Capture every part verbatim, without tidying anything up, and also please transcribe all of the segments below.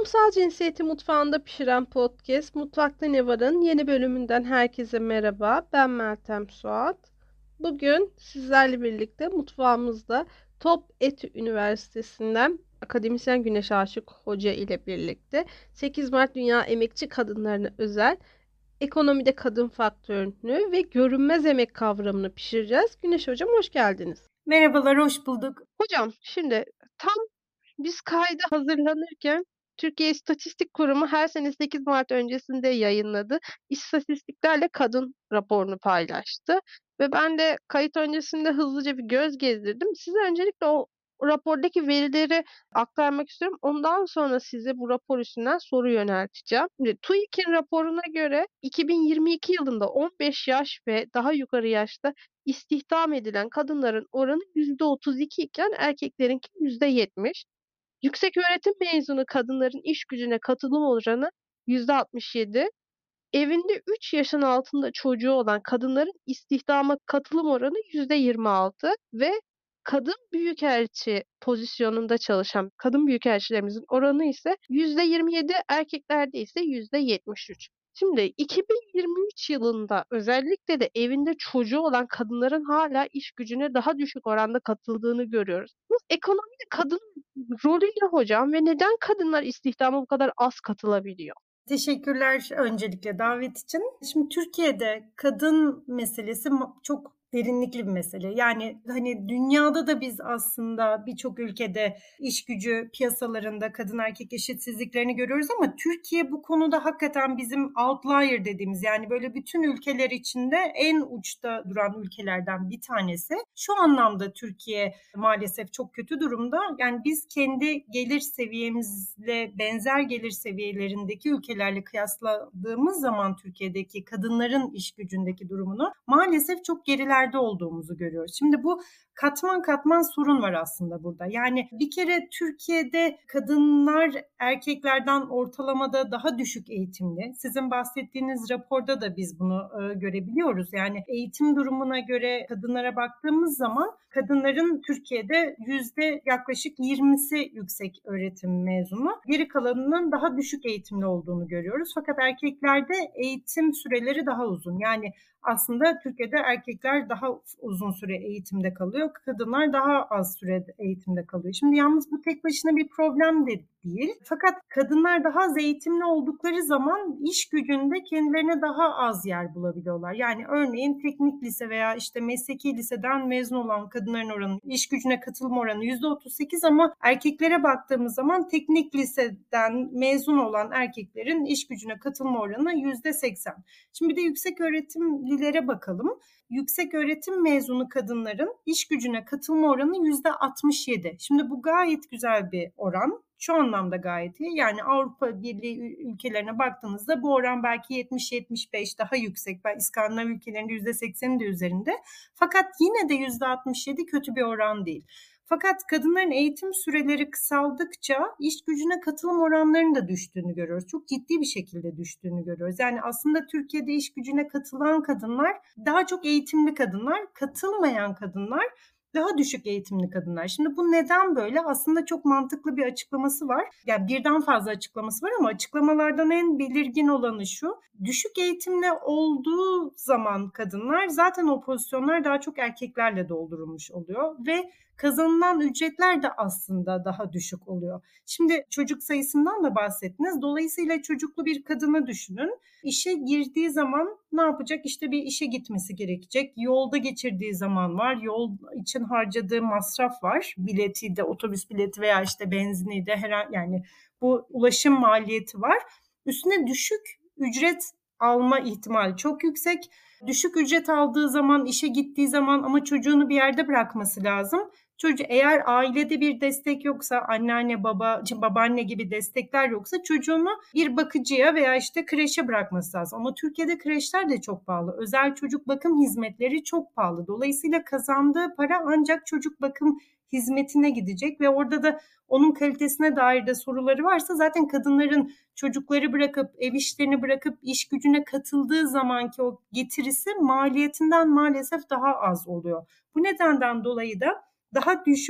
Toplumsal Cinsiyeti Mutfağında Pişiren Podcast Mutfakta Ne Var'ın yeni bölümünden herkese merhaba. Ben Meltem Suat. Bugün sizlerle birlikte mutfağımızda Top Etü Üniversitesi'nden akademisyen Güneş Aşık Hoca ile birlikte sekiz Mart Dünya Emekçi Kadınlarına özel ekonomide kadın faktörünü ve görünmez emek kavramını pişireceğiz. Güneş Hocam hoş geldiniz. Merhabalar, hoş bulduk. Hocam şimdi tam biz kayda hazırlanırken Türkiye İstatistik Kurumu her sene sekiz Mart öncesinde yayınladı. İstatistiklerle kadın raporunu paylaştı. Ve ben de kayıt öncesinde hızlıca bir göz gezdirdim. Size öncelikle o rapordaki verileri aktarmak istiyorum. Ondan sonra size bu rapor üstünden soru yönelteceğim. Şimdi TÜİK'in raporuna göre iki bin yirmi iki yılında on beş yaş ve daha yukarı yaşta istihdam edilen kadınların oranı yüzde otuz iki iken erkeklerinki yüzde yetmiş. Yükseköğretim mezunu kadınların iş gücüne katılım oranı yüzde altmış yedi. Evinde üç yaşın altında çocuğu olan kadınların istihdama katılım oranı yüzde yirmi altı ve kadın büyükelçi pozisyonunda çalışan kadın büyükelçilerimizin oranı ise yüzde yirmi yedi, erkeklerde ise yüzde yetmiş üç. Şimdi iki bin yirmi üç yılında özellikle de evinde çocuğu olan kadınların hala iş gücüne daha düşük oranda katıldığını görüyoruz. Bu ekonomide kadın rolü ne hocam ve neden kadınlar istihdama bu kadar az katılabiliyor? Teşekkürler öncelikle davet için. Şimdi Türkiye'de kadın meselesi çok derinlikli bir mesele. Yani hani dünyada da biz aslında birçok ülkede iş gücü piyasalarında kadın erkek eşitsizliklerini görüyoruz ama Türkiye bu konuda hakikaten bizim outlier dediğimiz, yani böyle bütün ülkeler içinde en uçta duran ülkelerden bir tanesi. Şu anlamda Türkiye maalesef çok kötü durumda. Yani biz kendi gelir seviyemizle benzer gelir seviyelerindeki ülkelerle kıyasladığımız zaman Türkiye'deki kadınların iş gücündeki durumunu maalesef çok gerilerde olduğumuzu görüyoruz. Şimdi bu katman katman sorun var aslında burada. Yani bir kere Türkiye'de kadınlar erkeklerden ortalamada daha düşük eğitimli. Sizin bahsettiğiniz raporda da biz bunu e, görebiliyoruz. Yani eğitim durumuna göre kadınlara baktığımız zaman kadınların Türkiye'de yüzde yaklaşık yirmisi yüksek öğretim mezunu. Geri kalanının daha düşük eğitimli olduğunu görüyoruz. Fakat erkeklerde eğitim süreleri daha uzun. Yani aslında Türkiye'de erkekler daha uzun süre eğitimde kalıyor, kadınlar daha az süre eğitimde kalıyor. Şimdi yalnız bu tek başına bir problem de değil. Fakat kadınlar daha az eğitimli oldukları zaman iş gücünde kendilerine daha az yer bulabiliyorlar. Yani örneğin teknik lise veya işte mesleki liseden mezun olan kadınların oranı, iş gücüne katılım oranı yüzde otuz sekiz ama erkeklere baktığımız zaman teknik liseden mezun olan erkeklerin iş gücüne katılma oranı yüzde seksen. Şimdi bir de yüksek öğretimlilere bakalım. Yüksek öğretim mezunu kadınların iş gücüne katılma oranı yüzde altmış yedi. Şimdi bu gayet güzel bir oran. Şu anlamda gayet iyi. Yani Avrupa Birliği ülkelerine baktığınızda bu oran belki yetmiş yetmiş beş, daha yüksek. Ben İskandinav ülkelerinde yüzde seksenin de üzerinde. Fakat yine de yüzde altmış yedi kötü bir oran değil. Fakat kadınların eğitim süreleri kısaldıkça iş gücüne katılım oranlarının da düştüğünü görüyoruz. Çok ciddi bir şekilde düştüğünü görüyoruz. Yani aslında Türkiye'de iş gücüne katılan kadınlar daha çok eğitimli kadınlar, katılmayan kadınlar daha düşük eğitimli kadınlar. Şimdi bu neden böyle? Aslında çok mantıklı bir açıklaması var. Yani birden fazla açıklaması var ama açıklamalardan en belirgin olanı şu: düşük eğitimli olduğu zaman kadınlar zaten o pozisyonlar daha çok erkeklerle doldurulmuş oluyor ve kazanılan ücretler de aslında daha düşük oluyor. Şimdi çocuk sayısından da bahsettiniz. Dolayısıyla çocuklu bir kadını düşünün. İşe girdiği zaman ne yapacak? İşte bir işe gitmesi gerekecek. Yolda geçirdiği zaman var. Yol için harcadığı masraf var. Bileti de, otobüs bileti veya işte benzini de, her yani bu ulaşım maliyeti var. Üstüne düşük ücret alma ihtimali çok yüksek. Düşük ücret aldığı zaman, işe gittiği zaman ama çocuğunu bir yerde bırakması lazım. Çocuğu, eğer ailede bir destek yoksa, anneanne, baba, babaanne gibi destekler yoksa çocuğunu bir bakıcıya veya işte kreşe bırakması lazım. Ama Türkiye'de kreşler de çok pahalı. Özel çocuk bakım hizmetleri çok pahalı. Dolayısıyla kazandığı para ancak çocuk bakım hizmetine gidecek ve orada da onun kalitesine dair de soruları varsa zaten kadınların çocukları bırakıp, ev işlerini bırakıp iş gücüne katıldığı zamanki o getirisi maliyetinden maalesef daha az oluyor. Bu nedenden dolayı da daha düşük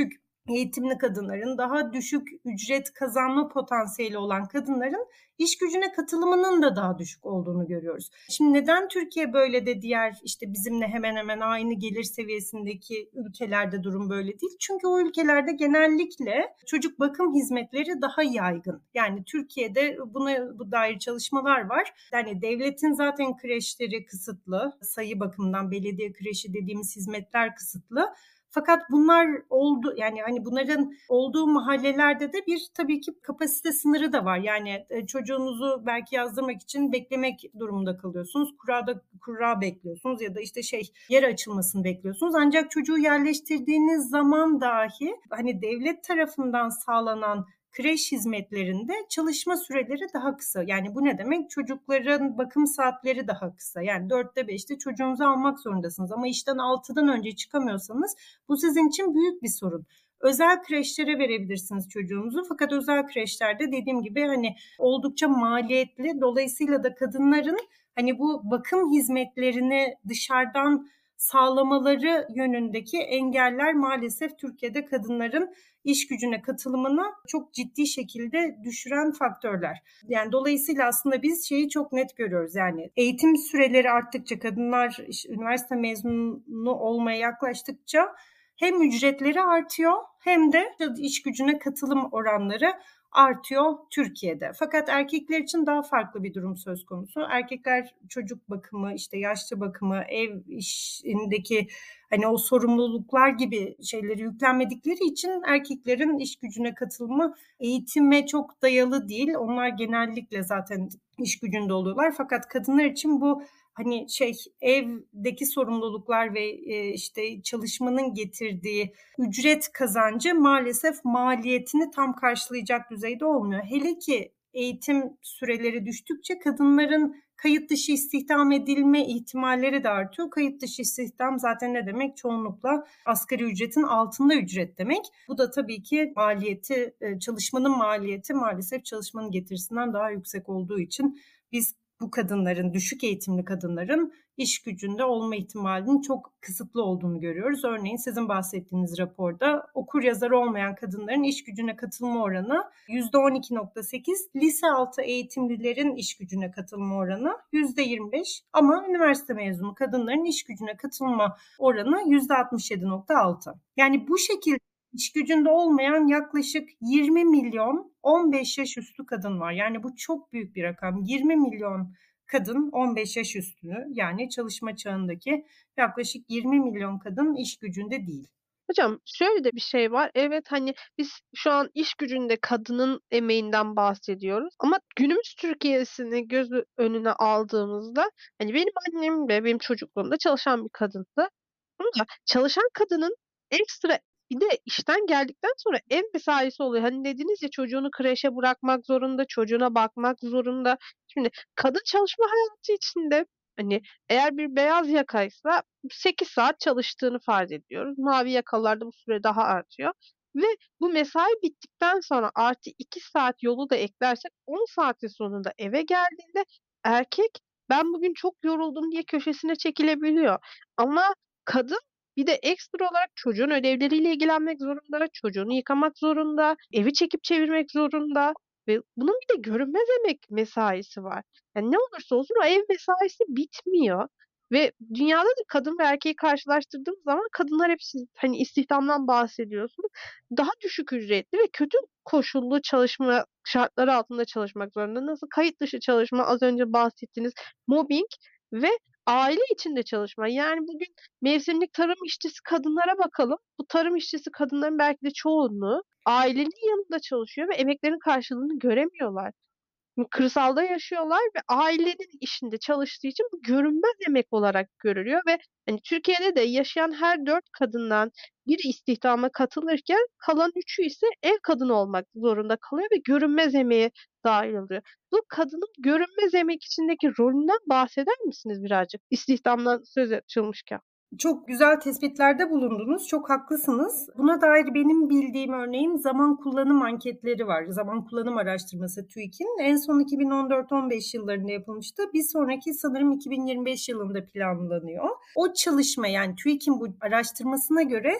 eğitimli kadınların, daha düşük ücret kazanma potansiyeli olan kadınların iş gücüne katılımının da daha düşük olduğunu görüyoruz. Şimdi neden Türkiye böyle de diğer işte bizimle hemen hemen aynı gelir seviyesindeki ülkelerde durum böyle değil? Çünkü o ülkelerde genellikle çocuk bakım hizmetleri daha yaygın. Yani Türkiye'de buna bu dair çalışmalar var. Yani devletin zaten kreşleri kısıtlı, sayı bakımından belediye kreşi dediğimiz hizmetler kısıtlı. Fakat bunlar oldu, yani hani bunların olduğu mahallelerde de bir tabii ki kapasite sınırı da var. Yani çocuğunuzu belki yazdırmak için beklemek durumunda kalıyorsunuz. Kurada kura bekliyorsunuz ya da işte şey yer açılmasını bekliyorsunuz. Ancak çocuğu yerleştirdiğiniz zaman dahi hani devlet tarafından sağlanan kreş hizmetlerinde çalışma süreleri daha kısa. Yani bu ne demek? Çocukların bakım saatleri daha kısa. Yani dörtte beşte çocuğunuzu almak zorundasınız ama işten altıdan önce çıkamıyorsanız bu sizin için büyük bir sorun. Özel kreşlere verebilirsiniz çocuğunuzu, fakat özel kreşlerde dediğim gibi hani oldukça maliyetli. Dolayısıyla da kadınların hani bu bakım hizmetlerini dışarıdan sağlamaları yönündeki engeller maalesef Türkiye'de kadınların iş gücüne katılımını çok ciddi şekilde düşüren faktörler. Yani dolayısıyla aslında biz şeyi çok net görüyoruz. Yani eğitim süreleri arttıkça, kadınlar üniversite mezunu olmaya yaklaştıkça hem ücretleri artıyor hem de iş gücüne katılım oranları artıyor Türkiye'de. Fakat erkekler için daha farklı bir durum söz konusu. Erkekler çocuk bakımı, işte yaşlı bakımı, ev işindeki hani o sorumluluklar gibi şeyleri yüklenmedikleri için erkeklerin iş gücüne katılımı eğitime çok dayalı değil. Onlar genellikle zaten iş gücünde oluyorlar. Fakat kadınlar için bu hani şey evdeki sorumluluklar ve işte çalışmanın getirdiği ücret kazancı maalesef maliyetini tam karşılayacak düzeyde olmuyor. Hele ki eğitim süreleri düştükçe kadınların kayıt dışı istihdam edilme ihtimalleri de artıyor. Kayıt dışı istihdam zaten ne demek? Çoğunlukla asgari ücretin altında ücret demek. Bu da tabii ki maliyeti, çalışmanın maliyeti maalesef çalışmanın getirisinden daha yüksek olduğu için biz bu kadınların, düşük eğitimli kadınların iş gücünde olma ihtimalinin çok kısıtlı olduğunu görüyoruz. Örneğin sizin bahsettiğiniz raporda okur yazar olmayan kadınların iş gücüne katılma oranı yüzde on iki virgül sekiz, lise altı eğitimlilerin iş gücüne katılma oranı yüzde yirmi beş ama üniversite mezunu kadınların iş gücüne katılma oranı yüzde altmış yedi virgül altı. Yani bu şekilde İş gücünde olmayan yaklaşık yirmi milyon on beş yaş üstü kadın var. Yani bu çok büyük bir rakam. yirmi milyon kadın on beş yaş üstü, yani çalışma çağındaki yaklaşık yirmi milyon kadın iş gücünde değil. Hocam şöyle de bir şey var. Evet, hani biz şu an iş gücünde kadının emeğinden bahsediyoruz ama günümüz Türkiye'sini göz önüne aldığımızda hani benim annem de benim çocukluğumda çalışan bir kadındı. Ama çalışan kadının ekstra bir de işten geldikten sonra ev mesaisi oluyor. Hani dediniz ya, çocuğunu kreşe bırakmak zorunda, çocuğuna bakmak zorunda. Şimdi kadın çalışma hayatı içinde hani eğer bir beyaz yakaysa sekiz saat çalıştığını farz ediyoruz. Mavi yakalılarda bu süre daha artıyor ve bu mesai bittikten sonra artı iki saat yolu da eklersek on saatin sonunda eve geldiğinde erkek "Ben bugün çok yoruldum." diye köşesine çekilebiliyor. Ama kadın bir de ekstra olarak çocuğun ödevleriyle ilgilenmek zorunda, çocuğunu yıkamak zorunda, evi çekip çevirmek zorunda ve bunun bir de görünmez emek mesaisi var. Yani ne olursa olsun o ev mesaisi bitmiyor ve dünyada da kadın ve erkeği karşılaştırdığımız zaman kadınlar hep siz hani istihdamdan bahsediyorsunuz. Daha düşük ücretli ve kötü koşullu çalışma şartları altında çalışmak zorunda. Nasıl kayıt dışı çalışma, az önce bahsettiğiniz mobbing ve aile içinde çalışma. Yani bugün mevsimlik tarım işçisi kadınlara bakalım. Bu tarım işçisi kadınların belki de çoğunluğu ailenin yanında çalışıyor ve emeklerinin karşılığını göremiyorlar. Kırsalda yaşıyorlar ve ailenin işinde çalıştığı için bu görünmez emek olarak görülüyor ve hani Türkiye'de de yaşayan her dört kadından biri istihdama katılırken kalan üçü ise ev kadını olmak zorunda kalıyor ve görünmez emeğe dâhil oluyor. Bu kadının görünmez emek içindeki rolünden bahseder misiniz birazcık? İstihdamdan söz açılmışken. Çok güzel tespitlerde bulundunuz. Çok haklısınız. Buna dair benim bildiğim örneğin zaman kullanım anketleri var. Zaman kullanım araştırması TÜİK'in. En son iki bin on dört on beş yıllarında yapılmıştı. Bir sonraki sanırım iki bin yirmi beş yılında planlanıyor. O çalışma, yani TÜİK'in bu araştırmasına göre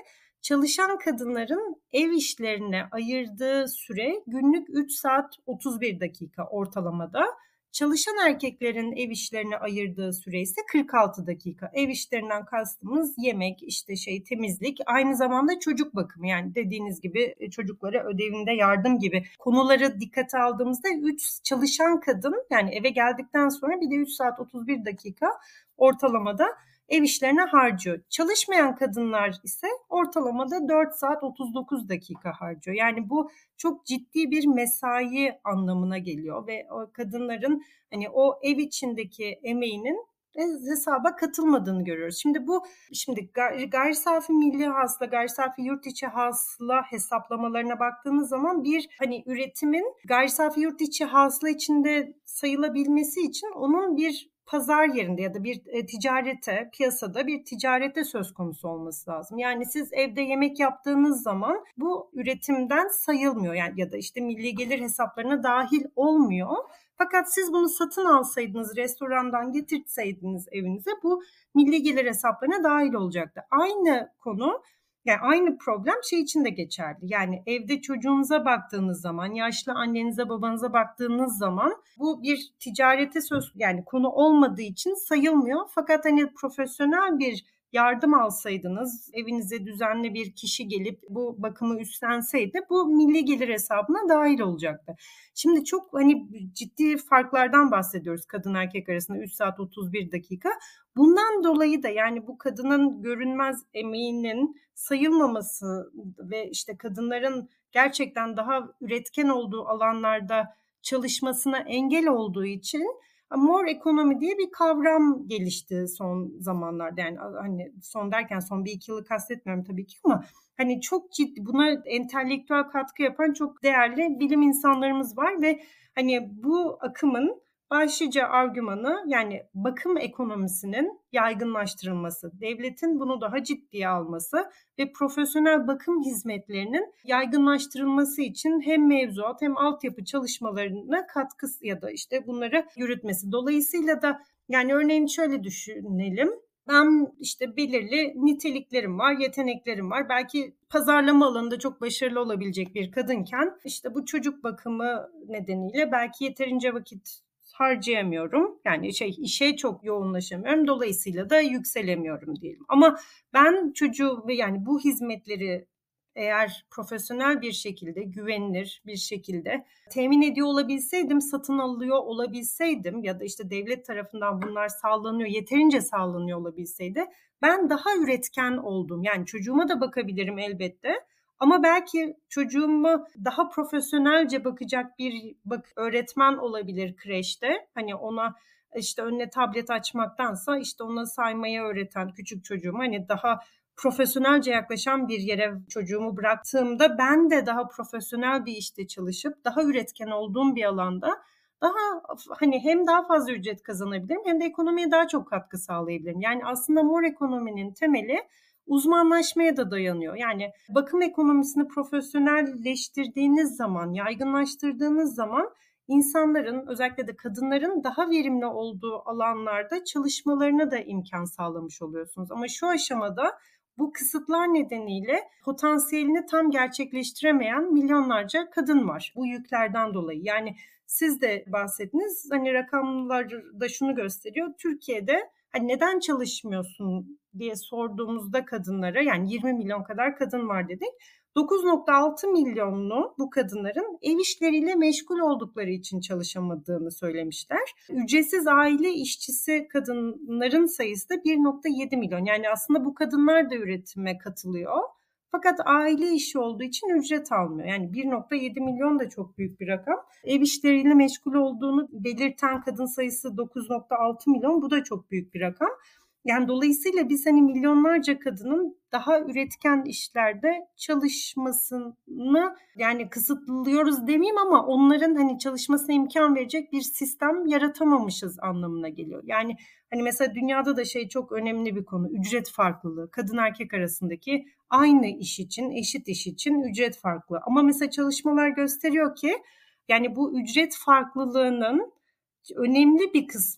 çalışan kadınların ev işlerine ayırdığı süre günlük üç saat otuz bir dakika ortalamada. Çalışan erkeklerin ev işlerine ayırdığı süre ise kırk altı dakika. Ev işlerinden kastımız yemek, işte şey temizlik, aynı zamanda çocuk bakımı, yani dediğiniz gibi çocuklara ödevinde yardım gibi konuları dikkate aldığımızda üç çalışan kadın, yani eve geldikten sonra bir de üç saat otuz bir dakika ortalamada ev işlerine harcıyor. Çalışmayan kadınlar ise ortalamada dört saat otuz dokuz dakika harcıyor. Yani bu çok ciddi bir mesai anlamına geliyor ve o kadınların hani o ev içindeki emeğinin hesaba katılmadığını görüyoruz. Şimdi bu şimdi gayri, gayri safi milli hasıla, gayri safi yurt içi hasıla hesaplamalarına baktığımız zaman bir hani üretimin gayri safi yurt içi hasıla içinde sayılabilmesi için onun bir pazar yerinde ya da bir e, ticarete, piyasada bir ticarete söz konusu olması lazım. Yani siz evde yemek yaptığınız zaman bu üretimden sayılmıyor, yani ya da işte milli gelir hesaplarına dahil olmuyor. Fakat siz bunu satın alsaydınız, restorandan getirseydiniz evinize, bu milli gelir hesaplarına dahil olacaktı. Aynı konu, yani aynı problem şey için de geçerli. Yani evde çocuğunuza baktığınız zaman, yaşlı annenize babanıza baktığınız zaman bu bir ticarete söz, yani konu olmadığı için sayılmıyor. Fakat hani profesyonel bir yardım alsaydınız, evinize düzenli bir kişi gelip bu bakımı üstlenseydi, bu milli gelir hesabına dahil olacaktı. Şimdi çok hani ciddi farklardan bahsediyoruz kadın erkek arasında, üç saat otuz bir dakika. Bundan dolayı da yani bu kadının görünmez emeğinin sayılmaması ve işte kadınların gerçekten daha üretken olduğu alanlarda çalışmasına engel olduğu için mor ekonomi diye bir kavram gelişti son zamanlarda. Yani hani son derken son bir iki yılı kastetmiyorum tabii ki, ama hani çok ciddi, buna entelektüel katkı yapan çok değerli bilim insanlarımız var ve hani bu akımın başlıca argümanı, yani bakım ekonomisinin yaygınlaştırılması, devletin bunu daha ciddiye alması ve profesyonel bakım hizmetlerinin yaygınlaştırılması için hem mevzuat hem altyapı çalışmalarına katkısı ya da işte bunları yürütmesi. Dolayısıyla da yani örneğin şöyle düşünelim. Ben işte belirli niteliklerim var, yeteneklerim var. Belki pazarlama alanında çok başarılı olabilecek bir kadınken işte bu çocuk bakımı nedeniyle belki yeterince vakit harcayamıyorum. Yani şey işe çok yoğunlaşamıyorum. Dolayısıyla da yükselemiyorum diyelim. Ama ben çocuğu ve yani bu hizmetleri eğer profesyonel bir şekilde, güvenilir bir şekilde temin ediyor olabilseydim, satın alıyor olabilseydim ya da işte devlet tarafından bunlar sağlanıyor, yeterince sağlanıyor olabilseydi, ben daha üretken oldum. Yani çocuğuma da bakabilirim elbette. Ama belki çocuğuma daha profesyonelce bakacak bir bak öğretmen olabilir kreşte. Hani ona işte önüne tablet açmaktansa işte ona saymayı öğreten küçük çocuğuma hani daha profesyonelce yaklaşan bir yere çocuğumu bıraktığımda ben de daha profesyonel bir işte çalışıp daha üretken olduğum bir alanda daha hani hem daha fazla ücret kazanabilirim hem de ekonomiye daha çok katkı sağlayabilirim. Yani aslında mor ekonominin temeli uzmanlaşmaya da dayanıyor. Yani bakım ekonomisini profesyonelleştirdiğiniz zaman, yaygınlaştırdığınız zaman insanların, özellikle de kadınların daha verimli olduğu alanlarda çalışmalarına da imkan sağlamış oluyorsunuz. Ama şu aşamada bu kısıtlar nedeniyle potansiyelini tam gerçekleştiremeyen milyonlarca kadın var bu yüklerden dolayı. Yani siz de bahsettiniz, hani rakamlar da şunu gösteriyor. Türkiye'de hani neden çalışmıyorsun diye sorduğumuzda kadınlara, yani yirmi milyon kadar kadın var dedik. dokuz nokta altı milyonlu bu kadınların ev işleriyle meşgul oldukları için çalışamadığını söylemişler. Ücretsiz aile işçisi kadınların sayısı da bir nokta yedi milyon. Yani aslında bu kadınlar da üretime katılıyor. Fakat aile işi olduğu için ücret almıyor. Yani bir nokta yedi milyon da çok büyük bir rakam. Ev işleriyle meşgul olduğunu belirten kadın sayısı dokuz nokta altı milyon. Bu da çok büyük bir rakam. Yani dolayısıyla biz hani milyonlarca kadının daha üretken işlerde çalışmasını yani kısıtlıyoruz demeyeyim ama onların hani çalışmasına imkan verecek bir sistem yaratamamışız anlamına geliyor. Yani hani mesela dünyada da şey çok önemli bir konu, ücret farklılığı. Kadın erkek arasındaki aynı iş için, eşit iş için ücret farklı. Ama mesela çalışmalar gösteriyor ki yani bu ücret farklılığının önemli bir kısmı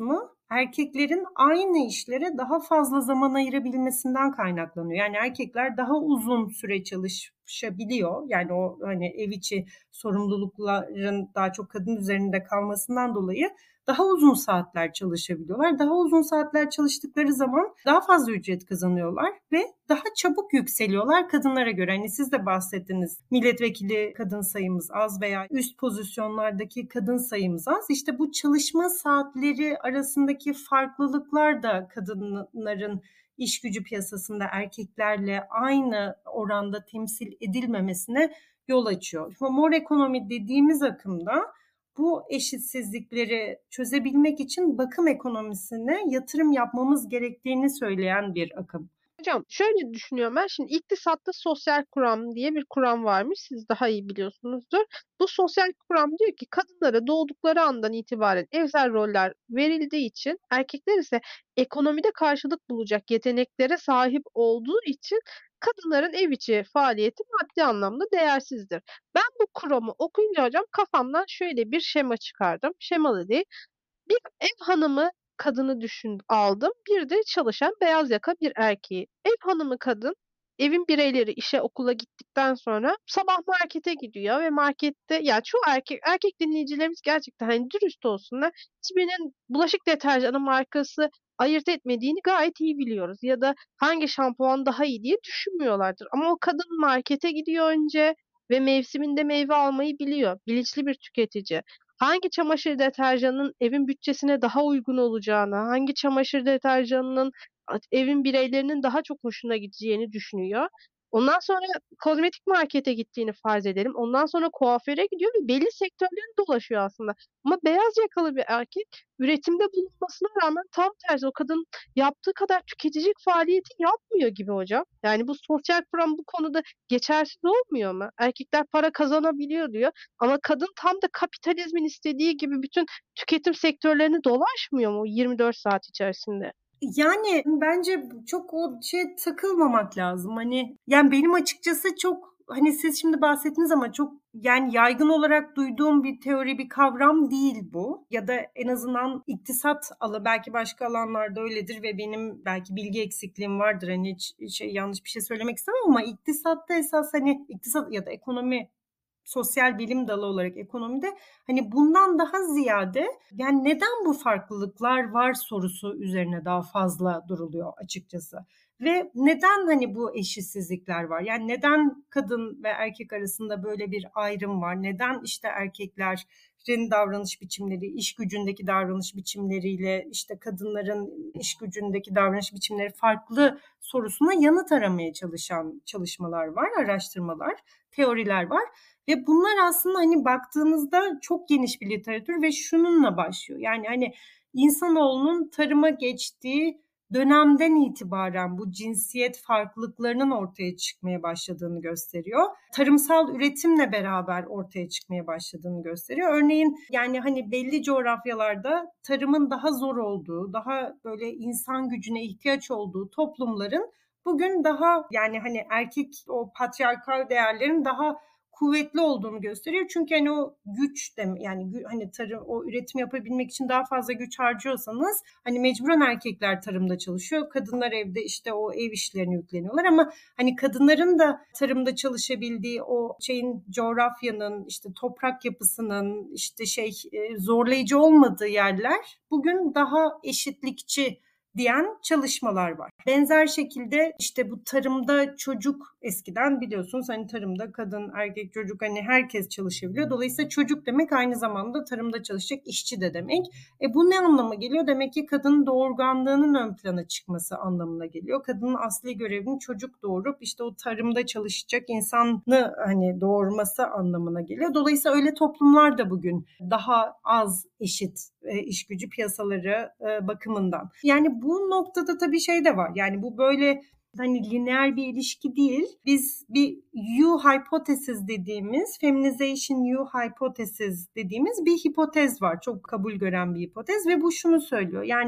erkeklerin aynı işlere daha fazla zaman ayırabilmesinden kaynaklanıyor. Yani erkekler daha uzun süre çalışabiliyor. Yani o hani ev içi sorumlulukların daha çok kadın üzerinde kalmasından dolayı daha uzun saatler çalışabiliyorlar. Daha uzun saatler çalıştıkları zaman daha fazla ücret kazanıyorlar ve daha çabuk yükseliyorlar kadınlara göre. Hani siz de bahsettiniz, milletvekili kadın sayımız az veya üst pozisyonlardaki kadın sayımız az. İşte bu çalışma saatleri arasındaki farklılıklar da kadınların iş gücü piyasasında erkeklerle aynı oranda temsil edilmemesine yol açıyor. Mor ekonomi dediğimiz akımda bu eşitsizlikleri çözebilmek için bakım ekonomisine yatırım yapmamız gerektiğini söyleyen bir akım. Hocam şöyle düşünüyorum ben. Şimdi iktisatta sosyal kuram diye bir kuram varmış. Siz daha iyi biliyorsunuzdur. Bu sosyal kuram diyor ki kadınlara doğdukları andan itibaren evsel roller verildiği için erkekler ise ekonomide karşılık bulacak yeteneklere sahip olduğu için kadınların ev içi faaliyeti maddi anlamda değersizdir. Ben bu kuramı okuyunca hocam kafamdan şöyle bir şema çıkardım. Şema da değil. Bir ev hanımı kadını düşün aldım. Bir de çalışan beyaz yaka bir erkeği. Ev hanımı kadın, evin bireyleri işe okula gittikten sonra sabah markete gidiyor ve markette ya çoğu erkek erkek dinleyicilerimiz gerçekten hani dürüst olsunlar. Hiçbirinin bulaşık deterjanı markası ayırt etmediğini gayet iyi biliyoruz. Ya da hangi şampuan daha iyi diye düşünmüyorlardır. Ama o kadın markete gidiyor önce ve mevsiminde meyve almayı biliyor. Bilinçli bir tüketici. Hangi çamaşır deterjanının evin bütçesine daha uygun olacağını, hangi çamaşır deterjanının evin bireylerinin daha çok hoşuna gideceğini düşünüyor. Ondan sonra kozmetik markete gittiğini farz edelim. Ondan sonra kuaföre gidiyor ve belli sektörlerini dolaşıyor aslında. Ama beyaz yakalı bir erkek üretimde bulunmasına rağmen tam tersi o kadın yaptığı kadar tüketicilik faaliyeti yapmıyor gibi hocam. Yani bu sosyal kuram bu konuda geçersiz olmuyor mu? Erkekler para kazanabiliyor diyor. Ama kadın tam da kapitalizmin istediği gibi bütün tüketim sektörlerini dolaşmıyor mu yirmi dört saat içerisinde? Yani bence çok o şeye takılmamak lazım. Hani yani benim açıkçası çok hani siz şimdi bahsettiniz ama çok yani yaygın olarak duyduğum bir teori, bir kavram değil bu. Ya da en azından iktisat alı belki başka alanlarda öyledir ve benim belki bilgi eksikliğim vardır. Hani hiç şey yanlış bir şey söylemek istemem ama iktisatta esas hani iktisat ya da ekonomi sosyal bilim dalı olarak ekonomide hani bundan daha ziyade yani neden bu farklılıklar var sorusu üzerine daha fazla duruluyor açıkçası. Ve neden hani bu eşitsizlikler var? Yani neden kadın ve erkek arasında böyle bir ayrım var? Neden işte erkeklerin davranış biçimleri, iş gücündeki davranış biçimleriyle işte kadınların iş gücündeki davranış biçimleri farklı sorusuna yanıt aramaya çalışan çalışmalar var, araştırmalar, teoriler var. Ve bunlar aslında hani baktığınızda çok geniş bir literatür ve şununla başlıyor. Yani hani insanoğlunun tarıma geçtiği dönemden itibaren bu cinsiyet farklılıklarının ortaya çıkmaya başladığını gösteriyor. Tarımsal üretimle beraber ortaya çıkmaya başladığını gösteriyor. Örneğin yani hani belli coğrafyalarda tarımın daha zor olduğu, daha böyle insan gücüne ihtiyaç olduğu toplumların bugün daha yani hani erkek o patriarkal değerlerin daha kuvvetli olduğunu gösteriyor. Çünkü hani o güç de yani hani tarım o üretim yapabilmek için daha fazla güç harcıyorsanız hani mecburen erkekler tarımda çalışıyor. Kadınlar evde işte o ev işlerine yükleniyorlar ama hani kadınların da tarımda çalışabildiği o şeyin coğrafyanın işte toprak yapısının işte şey zorlayıcı olmadığı yerler bugün daha eşitlikçi diyen çalışmalar var. Benzer şekilde işte bu tarımda çocuk eskiden biliyorsunuz hani tarımda kadın, erkek, çocuk hani herkes çalışabiliyor. Dolayısıyla çocuk demek aynı zamanda tarımda çalışacak işçi de demek. E bu ne anlama geliyor? Demek ki kadının doğurganlığının ön plana çıkması anlamına geliyor. Kadının asli görevinin çocuk doğurup işte o tarımda çalışacak insanı hani doğurması anlamına geliyor. Dolayısıyla öyle toplumlar da bugün daha az eşit e, iş gücü piyasaları e, bakımından. Yani bu noktada tabii şey de var. Yani bu böyle hani lineer bir ilişki değil. Biz bir U hypothesis dediğimiz, feminization U hypothesis dediğimiz bir hipotez var. Çok kabul gören bir hipotez ve bu şunu söylüyor. Yani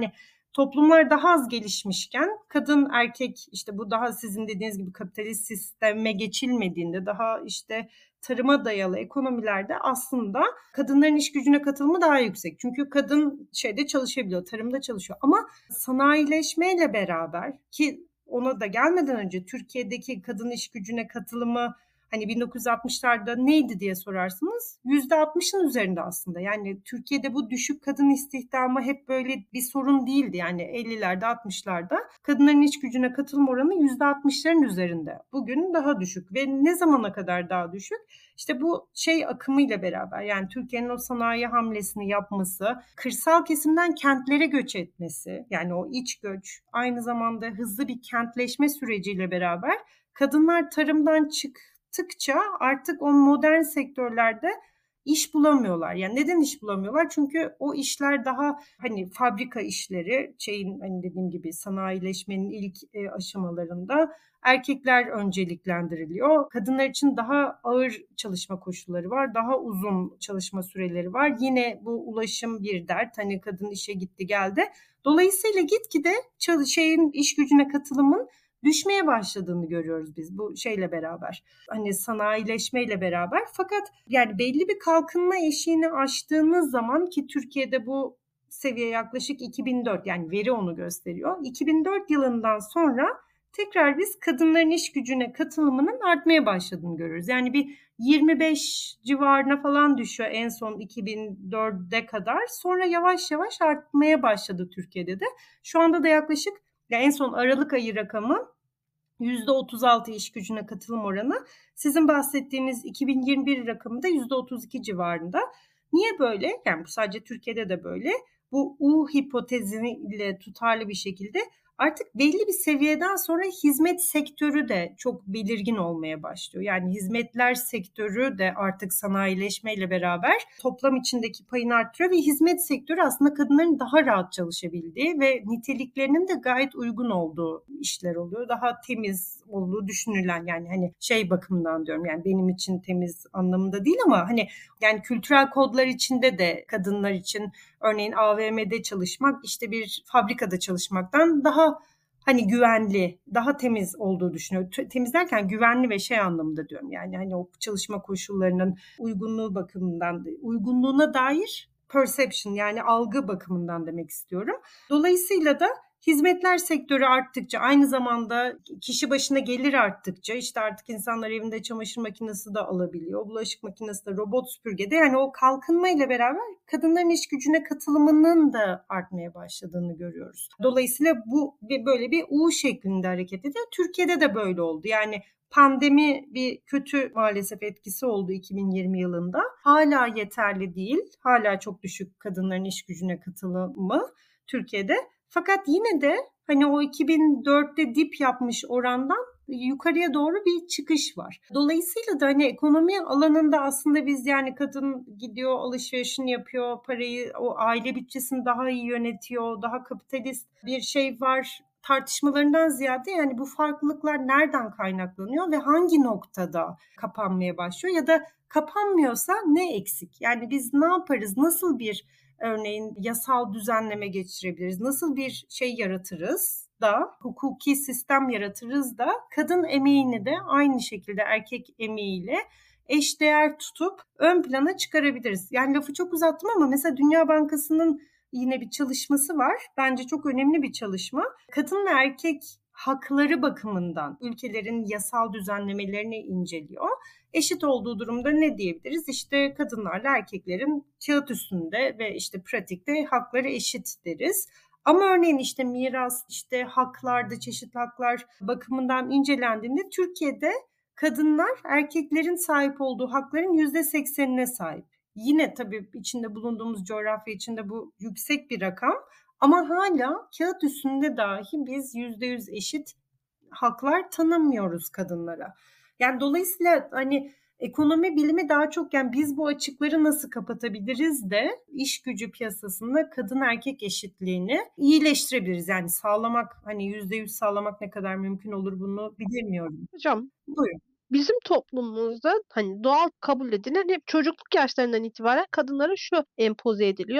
toplumlar daha az gelişmişken kadın erkek işte bu daha sizin dediğiniz gibi kapitalist sisteme geçilmediğinde daha işte tarıma dayalı ekonomilerde aslında kadınların iş gücüne katılımı daha yüksek. Çünkü kadın şeyde çalışabiliyor, tarımda çalışıyor. Ama sanayileşmeyle beraber ki ona da gelmeden önce Türkiye'deki kadın iş gücüne katılımı hani bin dokuz yüz altmışlarda neydi diye sorarsınız. yüzde altmışın üzerinde aslında. Yani Türkiye'de bu düşük kadın istihdamı hep böyle bir sorun değildi. Yani ellilerde altmışlarda kadınların iş gücüne katılım oranı yüzde altmışların üzerinde. Bugün daha düşük ve ne zamana kadar daha düşük? İşte bu şey akımıyla beraber yani Türkiye'nin o sanayi hamlesini yapması, kırsal kesimden kentlere göç etmesi yani o iç göç aynı zamanda hızlı bir kentleşme süreciyle beraber kadınlar tarımdan çıktıkça artık o modern sektörlerde iş bulamıyorlar. Yani neden iş bulamıyorlar? Çünkü o işler daha hani fabrika işleri, şeyin hani dediğim gibi sanayileşmenin ilk e, aşamalarında erkekler önceliklendiriliyor. Kadınlar için daha ağır çalışma koşulları var, daha uzun çalışma süreleri var. Yine bu ulaşım bir dert. Hani kadın işe gitti geldi. Dolayısıyla gitgide şeyin iş gücüne katılımın düşmeye başladığını görüyoruz biz bu şeyle beraber. Hani sanayileşmeyle beraber. Fakat yani belli bir kalkınma eşiğini aştığınız zaman ki Türkiye'de bu seviye yaklaşık iki bin dört yani veri onu gösteriyor. iki bin dört yılından sonra tekrar biz kadınların iş gücüne katılımının artmaya başladığını görüyoruz. Yani bir yirmi beş civarına falan düşüyor en son iki bin dörde kadar. Sonra yavaş yavaş artmaya başladı Türkiye'de de. Şu anda da yaklaşık ya en son Aralık ayı rakamı yüzde otuz altı iş gücüne katılım oranı. Sizin bahsettiğiniz iki bin yirmi bir rakamı da yüzde otuz iki civarında. Niye böyle? Yani bu sadece Türkiye'de de böyle. Bu U hipoteziyle tutarlı bir şekilde artık belli bir seviyeden sonra hizmet sektörü de çok belirgin olmaya başlıyor. Yani hizmetler sektörü de artık sanayileşmeyle beraber toplam içindeki payını arttırıyor ve hizmet sektörü aslında kadınların daha rahat çalışabildiği ve niteliklerinin de gayet uygun olduğu işler oluyor. Daha temiz olduğu düşünülen yani hani şey bakımından diyorum yani benim için temiz anlamında değil ama hani yani kültürel kodlar içinde de kadınlar için örneğin A V M'de çalışmak işte bir fabrikada çalışmaktan daha hani güvenli, daha temiz olduğu düşünüyorum. Temiz derken güvenli ve şey anlamında diyorum. Yani hani o çalışma koşullarının uygunluğu bakımından, uygunluğuna dair perception yani algı bakımından demek istiyorum. Dolayısıyla da hizmetler sektörü arttıkça aynı zamanda kişi başına gelir arttıkça işte artık insanlar evinde çamaşır makinesi de alabiliyor. Bulaşık makinesi de robot süpürgede yani o kalkınma ile beraber kadınların iş gücüne katılımının da artmaya başladığını görüyoruz. Dolayısıyla bu böyle bir U şeklinde hareket ediyor. Türkiye'de de böyle oldu. Yani pandemi bir kötü maalesef etkisi oldu iki bin yirmi yılında. Hala yeterli değil. Hala çok düşük kadınların iş gücüne katılımı Türkiye'de. Fakat yine de hani o iki bin dörtte dip yapmış orandan yukarıya doğru bir çıkış var. Dolayısıyla da hani ekonomi alanında aslında biz yani kadın gidiyor alışverişini yapıyor, parayı o aile bütçesini daha iyi yönetiyor, daha kapitalist bir şey var tartışmalarından ziyade yani bu farklılıklar nereden kaynaklanıyor ve hangi noktada kapanmaya başlıyor ya da kapanmıyorsa ne eksik? Yani biz ne yaparız? Nasıl bir örneğin yasal düzenleme geçirebiliriz? Nasıl bir şey yaratırız da, hukuki sistem yaratırız da kadın emeğini de aynı şekilde erkek emeğiyle eşdeğer tutup ön plana çıkarabiliriz. Yani lafı çok uzattım ama mesela Dünya Bankası'nın yine bir çalışması var. Bence çok önemli bir çalışma. Kadın ve erkek hakları bakımından ülkelerin yasal düzenlemelerini inceliyor. Eşit olduğu durumda ne diyebiliriz? İşte kadınlarla erkeklerin kağıt üstünde ve işte pratikte hakları eşit deriz. Ama örneğin işte miras, işte haklarda çeşitli haklar bakımından incelendiğinde Türkiye'de kadınlar erkeklerin sahip olduğu hakların yüzde seksenine sahip. Yine tabii içinde bulunduğumuz coğrafya içinde bu yüksek bir rakam ama hala kağıt üstünde dahi biz yüzde yüz eşit haklar tanımıyoruz kadınlara. Yani dolayısıyla hani ekonomi bilimi daha çok yani biz bu açıkları nasıl kapatabiliriz de iş gücü piyasasında kadın erkek eşitliğini iyileştirebiliriz. Yani sağlamak hani yüzde yüz sağlamak ne kadar mümkün olur bunu bilemiyorum. Hocam, Buyurun. bizim toplumumuzda hani doğal kabul edilen hep çocukluk yaşlarından itibaren kadınlara şu empoze ediliyor.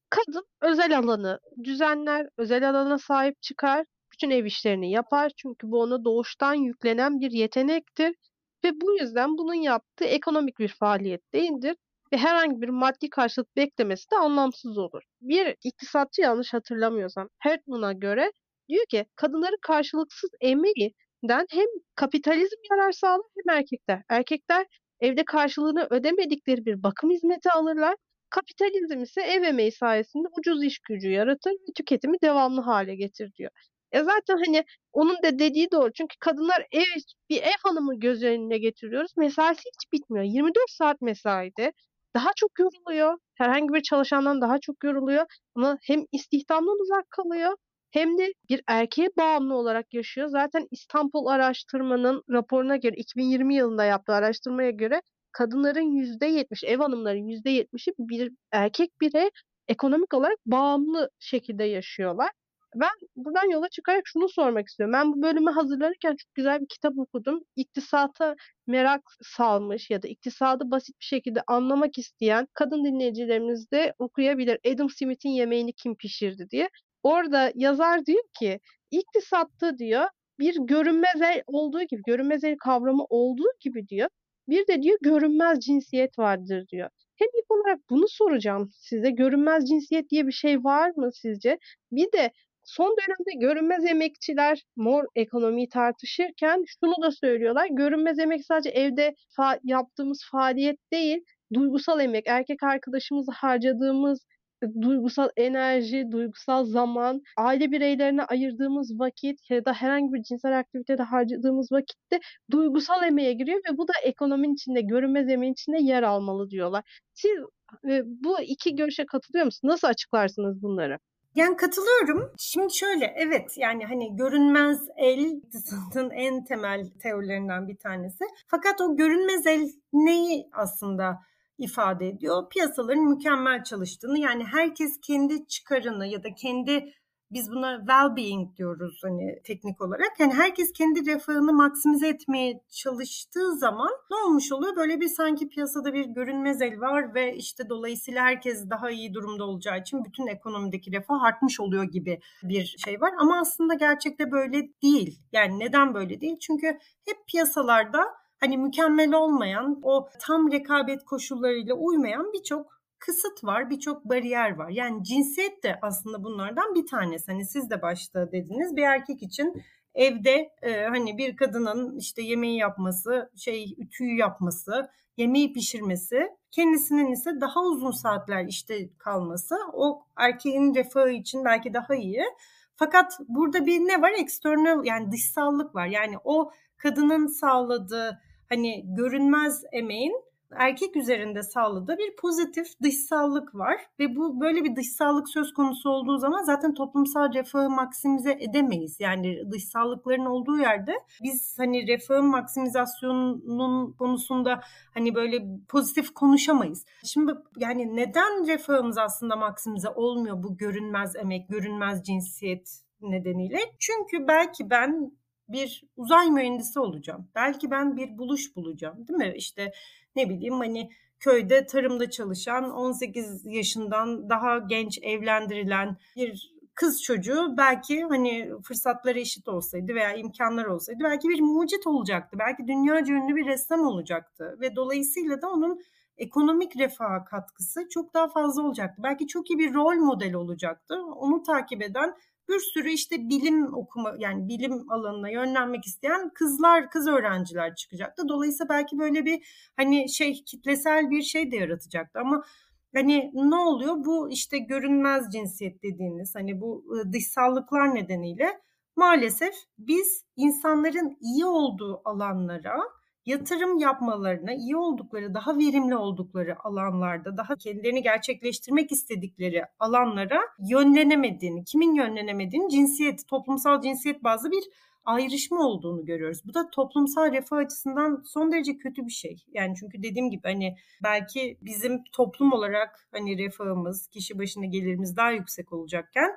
Kadın özel alanı düzenler, özel alana sahip çıkar, bütün ev işlerini yapar. Çünkü bu ona doğuştan yüklenen bir yetenektir ve bu yüzden bunun yaptığı ekonomik bir faaliyet değildir ve herhangi bir maddi karşılık beklemesi de anlamsız olur. Bir iktisatçı, yanlış hatırlamıyorsam, Hartman'a göre diyor ki kadınların karşılıksız emeğinden hem kapitalizm yarar sağlar hem erkekler. Erkekler evde karşılığını ödemedikleri bir bakım hizmeti alırlar. Kapitalizm ise ev emeği sayesinde ucuz iş gücü yaratır ve tüketimi devamlı hale getir diyor. E zaten hani onun da dediği doğru. Çünkü kadınlar ev bir ev hanımı göz önüne getiriyoruz. Mesaisi hiç bitmiyor. yirmi dört saat mesaide. Daha çok yoruluyor. Herhangi bir çalışandan daha çok yoruluyor. Ama hem istihdamdan uzak kalıyor hem de bir erkeğe bağımlı olarak yaşıyor. Zaten İstanbul Araştırma'nın raporuna göre, iki bin yirmi yılında yaptığı araştırmaya göre, kadınların yüzde yetmiş, ev hanımların yüzde yetmişi bir erkek birey ekonomik olarak bağımlı şekilde yaşıyorlar. Ben buradan yola çıkarak şunu sormak istiyorum. Ben bu bölümü hazırlanırken çok güzel bir kitap okudum. İktisata merak salmış ya da iktisadı basit bir şekilde anlamak isteyen kadın dinleyicilerimiz de okuyabilir. Adam Smith'in Yemeğini Kim Pişirdi diye. Orada yazar diyor ki, iktisatta diyor bir görünmez el olduğu gibi, görünmez el kavramı olduğu gibi diyor, bir de diyor görünmez cinsiyet vardır diyor. Hem ilk olarak bunu soracağım size. Görünmez cinsiyet diye bir şey var mı sizce? Bir de son dönemde görünmez emekçiler mor ekonomiyi tartışırken şunu da söylüyorlar. Görünmez emek sadece evde fa- yaptığımız faaliyet değil, duygusal emek. Erkek arkadaşımızla harcadığımız duygusal enerji, duygusal zaman, aile bireylerine ayırdığımız vakit ya da herhangi bir cinsel aktivitede harcadığımız vakit de duygusal emeğe giriyor ve bu da ekonominin içinde, görünmez emeğin içinde yer almalı diyorlar. Siz e, bu iki görüşe katılıyor musunuz? Nasıl açıklarsınız bunları? Yani katılıyorum. Şimdi şöyle, evet, yani hani görünmez el iktisadın en temel teorilerinden bir tanesi. Fakat o görünmez el neyi aslında ifade ediyor? Piyasaların mükemmel çalıştığını, yani herkes kendi çıkarını ya da kendi, biz buna well-being diyoruz hani teknik olarak. Yani herkes kendi refahını maksimize etmeye çalıştığı zaman ne olmuş oluyor? Böyle bir sanki piyasada bir görünmez el var ve işte dolayısıyla herkes daha iyi durumda olacağı için bütün ekonomideki refah artmış oluyor gibi bir şey var. Ama aslında gerçekte böyle değil. Yani neden böyle değil? Çünkü hep piyasalarda hani mükemmel olmayan, o tam rekabet koşullarıyla uymayan birçok kısıt var, birçok bariyer var. Yani cinsiyet de aslında bunlardan bir tanesi. Hani siz de başta dediniz, bir erkek için evde e, hani bir kadının işte yemeği yapması, şey ütüyü yapması, yemeği pişirmesi, kendisinin ise daha uzun saatler işte kalması o erkeğin refahı için belki daha iyi. Fakat burada bir ne var? External, yani dışsallık var. Yani o kadının sağladığı hani görünmez emeğin erkek üzerinde sağladığı bir pozitif dışsallık var ve bu böyle bir dışsallık söz konusu olduğu zaman zaten toplumsal refahı maksimize edemeyiz. Yani dışsallıkların olduğu yerde biz hani refahın maksimizasyonunun konusunda hani böyle pozitif konuşamayız. Şimdi yani neden refahımız aslında maksimize olmuyor bu görünmez emek, görünmez cinsiyet nedeniyle? Çünkü belki ben bir uzay mühendisi olacağım. Belki ben bir buluş bulacağım, değil mi? İşte ne bileyim hani köyde tarımda çalışan on sekiz yaşından daha genç evlendirilen bir kız çocuğu belki hani fırsatları eşit olsaydı veya imkanlar olsaydı belki bir mucit olacaktı. Belki dünyaca ünlü bir ressam olacaktı ve dolayısıyla da onun ekonomik refaha katkısı çok daha fazla olacaktı. Belki çok iyi bir rol modeli olacaktı. Onu takip eden bir sürü işte bilim okuma, yani bilim alanına yönlenmek isteyen kızlar, kız öğrenciler çıkacaktı. Dolayısıyla belki böyle bir hani şey kitlesel bir şey de yaratacaktı ama hani ne oluyor? Bu işte görünmez cinsiyet dediğiniz hani bu dışsallıklar nedeniyle maalesef biz insanların iyi olduğu alanlara yatırım yapmalarına, iyi oldukları, daha verimli oldukları alanlarda, daha kendilerini gerçekleştirmek istedikleri alanlara yönlenemediğini, kimin yönlenemediğini, cinsiyet, toplumsal cinsiyet bazlı bir ayrışma olduğunu görüyoruz. Bu da toplumsal refah açısından son derece kötü bir şey. Yani çünkü dediğim gibi hani belki bizim toplum olarak hani refahımız, kişi başına gelirimiz daha yüksek olacakken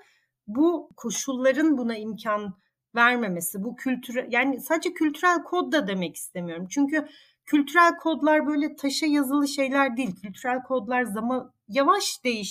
bu koşulların buna imkan vermemesi, bu kültür, yani sadece kültürel kod da demek istemiyorum. Çünkü kültürel kodlar böyle taşa yazılı şeyler değil. Kültürel kodlar zaman yavaş değişir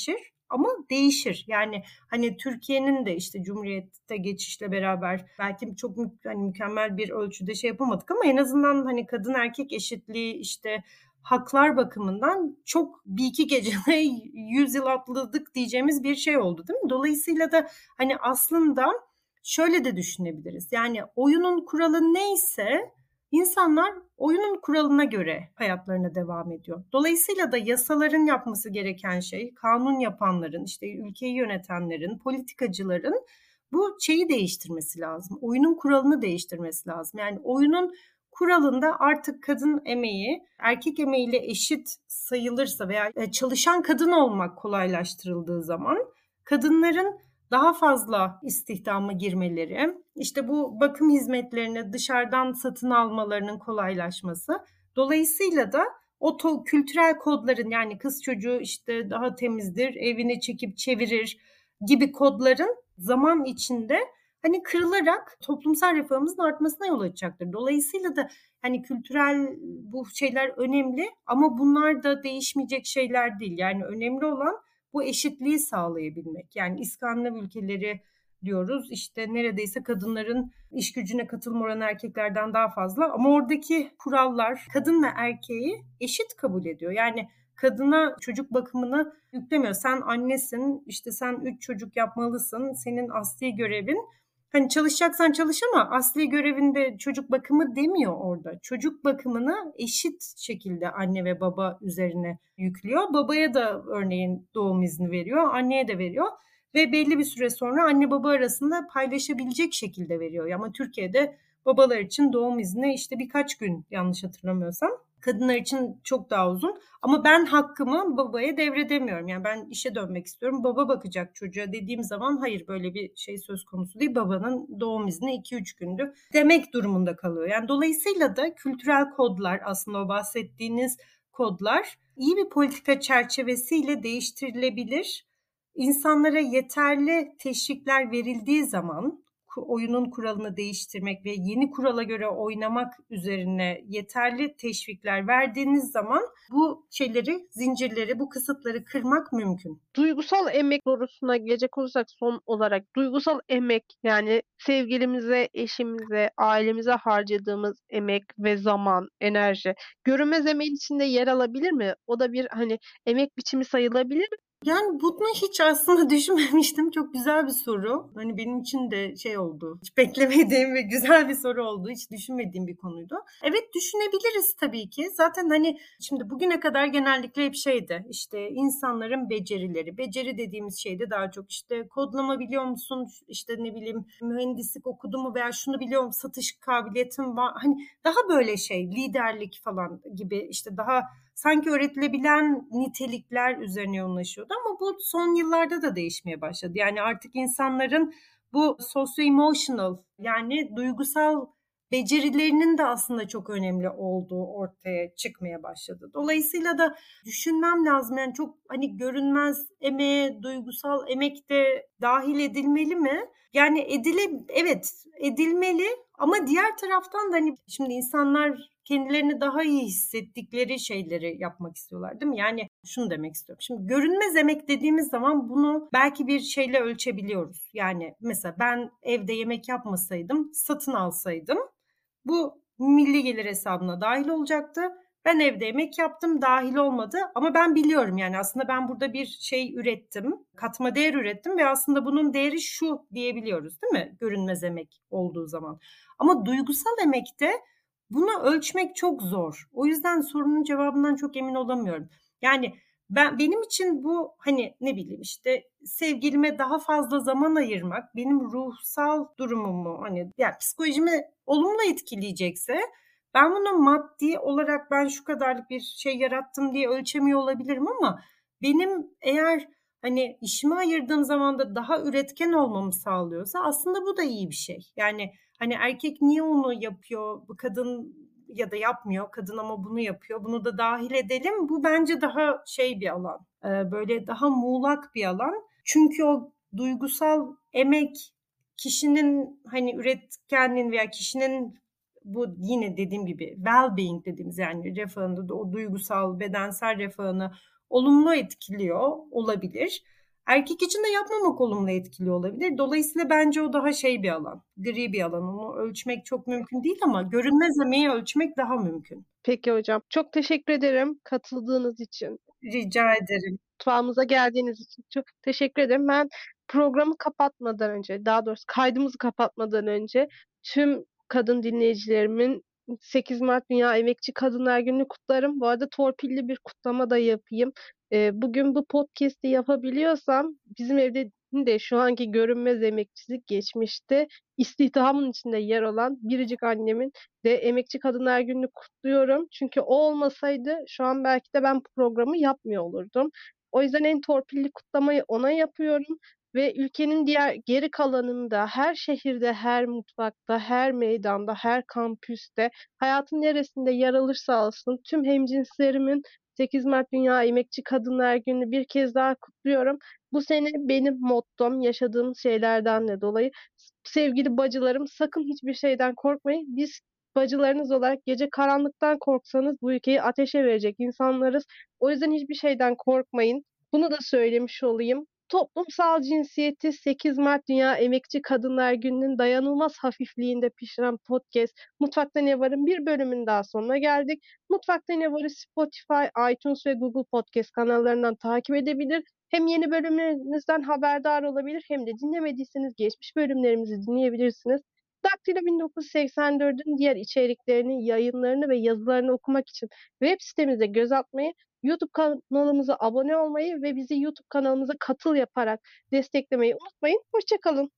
ama değişir. Yani hani Türkiye'nin de işte Cumhuriyet'te geçişle beraber belki çok mü, hani mükemmel bir ölçüde şey yapamadık ama en azından hani kadın erkek eşitliği işte haklar bakımından çok bir iki gecede yüz yıl atladık diyeceğimiz bir şey oldu değil mi? Dolayısıyla da hani aslında şöyle de düşünebiliriz. Yani oyunun kuralı neyse insanlar oyunun kuralına göre hayatlarına devam ediyor. Dolayısıyla da yasaların yapması gereken şey, kanun yapanların, işte ülkeyi yönetenlerin, politikacıların bu şeyi değiştirmesi lazım. Oyunun kuralını değiştirmesi lazım. Yani oyunun kuralında artık kadın emeği erkek emeğiyle eşit sayılırsa veya çalışan kadın olmak kolaylaştırıldığı zaman kadınların daha fazla istihdama girmeleri, işte bu bakım hizmetlerini dışarıdan satın almalarının kolaylaşması. Dolayısıyla da o to- kültürel kodların, yani kız çocuğu işte daha temizdir, evini çekip çevirir gibi kodların zaman içinde hani kırılarak toplumsal refahımızın artmasına yol açacaktır. Dolayısıyla da hani kültürel bu şeyler önemli ama bunlar da değişmeyecek şeyler değil. Yani önemli olan bu eşitliği sağlayabilmek. Yani İskandinav ülkeleri diyoruz, işte neredeyse kadınların iş gücüne katılım oranı erkeklerden daha fazla ama oradaki kurallar kadın ve erkeği eşit kabul ediyor. Yani kadına çocuk bakımını yüklemiyor. Sen annesin, işte sen üç çocuk yapmalısın, senin asli görevin. Hani çalışacaksan çalış ama asli görevinde çocuk bakımı demiyor orada. Çocuk bakımını eşit şekilde anne ve baba üzerine yüklüyor. Babaya da örneğin doğum izni veriyor, anneye de veriyor ve belli bir süre sonra anne baba arasında paylaşabilecek şekilde veriyor. Ama Türkiye'de babalar için doğum izni işte birkaç gün, yanlış hatırlamıyorsam. Kadınlar için çok daha uzun. Ama ben hakkımı babaya devredemiyorum. Yani ben işe dönmek istiyorum, baba bakacak çocuğa dediğim zaman hayır, böyle bir şey söz konusu değil. Babanın doğum izni iki üç gündü demek durumunda kalıyor. Yani dolayısıyla da kültürel kodlar, aslında o bahsettiğiniz kodlar iyi bir politika çerçevesiyle değiştirilebilir. İnsanlara yeterli teşvikler verildiği zaman, oyunun kuralını değiştirmek ve yeni kurala göre oynamak üzerine yeterli teşvikler verdiğiniz zaman bu şeyleri, zincirleri, bu kısıtları kırmak mümkün. Duygusal emek sorusuna gelecek olursak son olarak duygusal emek, yani sevgilimize, eşimize, ailemize harcadığımız emek ve zaman, enerji görünmez emeğin içinde yer alabilir mi? O da bir hani emek biçimi sayılabilir mi? Yani bunu hiç aslında düşünmemiştim. Çok güzel bir soru. Hani benim için de şey oldu. Hiç beklemediğim ve güzel bir soru oldu. Hiç düşünmediğim bir konuydu. Evet, düşünebiliriz tabii ki. Zaten hani şimdi bugüne kadar genellikle hep şeydi. İşte insanların becerileri. Beceri dediğimiz şeyde daha çok işte kodlama biliyor musun? İşte ne bileyim mühendislik okudum mu veya şunu biliyor musun? Satış kabiliyetim var. Hani daha böyle şey, liderlik falan gibi, işte daha sanki öğretilebilen nitelikler üzerine yoğunlaşıyordu ama bu son yıllarda da değişmeye başladı. Yani artık insanların bu socio-emotional, yani duygusal becerilerinin de aslında çok önemli olduğu ortaya çıkmaya başladı. Dolayısıyla da düşünmem lazım, yani çok hani görünmez emeğe duygusal emek de dahil edilmeli mi? Yani edile evet edilmeli ama diğer taraftan da hani şimdi insanlar kendilerini daha iyi hissettikleri şeyleri yapmak istiyorlar değil mi? Yani şunu demek istiyorum. Şimdi görünmez emek dediğimiz zaman bunu belki bir şeyle ölçebiliyoruz. Yani mesela ben evde yemek yapmasaydım, satın alsaydım bu milli gelir hesabına dahil olacaktı. Ben evde yemek yaptım, dahil olmadı ama ben biliyorum, yani aslında ben burada bir şey ürettim, katma değer ürettim ve aslında bunun değeri şu diyebiliyoruz değil mi? Görünmez emek olduğu zaman. Ama duygusal emekte bunu ölçmek çok zor. O yüzden sorunun cevabından çok emin olamıyorum. Yani ben benim için bu hani ne bileyim işte sevgilime daha fazla zaman ayırmak benim ruhsal durumumu, hani yani psikolojimi olumlu etkileyecekse ben bunu maddi olarak ben şu kadarlık bir şey yarattım diye ölçemiyor olabilirim ama benim eğer hani işime ayırdığım zamanda daha üretken olmamı sağlıyorsa aslında bu da iyi bir şey. Yani hani erkek niye onu yapıyor, bu kadın ya da yapmıyor, kadın ama bunu yapıyor, bunu da dahil edelim. Bu bence daha şey bir alan, böyle daha muğlak bir alan. Çünkü o duygusal emek kişinin hani üretkenliğin veya kişinin bu yine dediğim gibi well-being dediğimiz, yani refahında da o duygusal bedensel refahını olumlu etkiliyor olabilir. Erkek için de yapmamak olumlu etkili olabilir. Dolayısıyla bence o daha şey bir alan, gri bir alan. Onu ölçmek çok mümkün değil ama görünmez emeği ölçmek daha mümkün. Peki hocam. Çok teşekkür ederim katıldığınız için. Rica ederim. Mutfağımıza geldiğiniz için çok teşekkür ederim. Ben programı kapatmadan önce, daha doğrusu kaydımızı kapatmadan önce tüm kadın dinleyicilerimin sekiz Mart Dünya Emekçi Kadınlar Günü'nü kutlarım. Bu arada torpilli bir kutlama da yapayım. Eee, bugün bu podcast'i yapabiliyorsam bizim evde de şu anki görünmez emekçilik geçmişte istihdamın içinde yer olan biricik annemin de Emekçi Kadınlar Günü'nü kutluyorum. Çünkü o olmasaydı şu an belki de ben bu programı yapmıyor olurdum. O yüzden en torpilli kutlamayı ona yapıyorum ve ülkenin diğer geri kalanında, her şehirde, her mutfakta, her meydanda, her kampüste, hayatın neresinde yer alırsa alsın tüm hemcinslerimin sekiz Mart Dünya Emekçi Kadınlar Günü'nü bir kez daha kutluyorum. Bu sene benim mottom yaşadığım şeylerden de dolayı sevgili bacılarım sakın hiçbir şeyden korkmayın. Biz bacılarınız olarak gece karanlıktan korksanız bu ülkeyi ateşe verecek insanlarız. O yüzden hiçbir şeyden korkmayın. Bunu da söylemiş olayım. Toplumsal cinsiyeti sekiz Mart Dünya Emekçi Kadınlar Günü'nün dayanılmaz hafifliğinde pişiren podcast Mutfakta Ne Var'ın bir bölümün daha sonuna geldik. Mutfakta Ne Var'ı Spotify, iTunes ve Google Podcast kanallarından takip edebilir. Hem yeni bölümlerimizden haberdar olabilir hem de dinlemediyseniz geçmiş bölümlerimizi dinleyebilirsiniz. Daktilo bin dokuz yüz seksen dördün diğer içeriklerini, yayınlarını ve yazılarını okumak için web sitemize göz atmayı, YouTube kanalımıza abone olmayı ve bizi YouTube kanalımıza katıl yaparak desteklemeyi unutmayın. Hoşça kalın.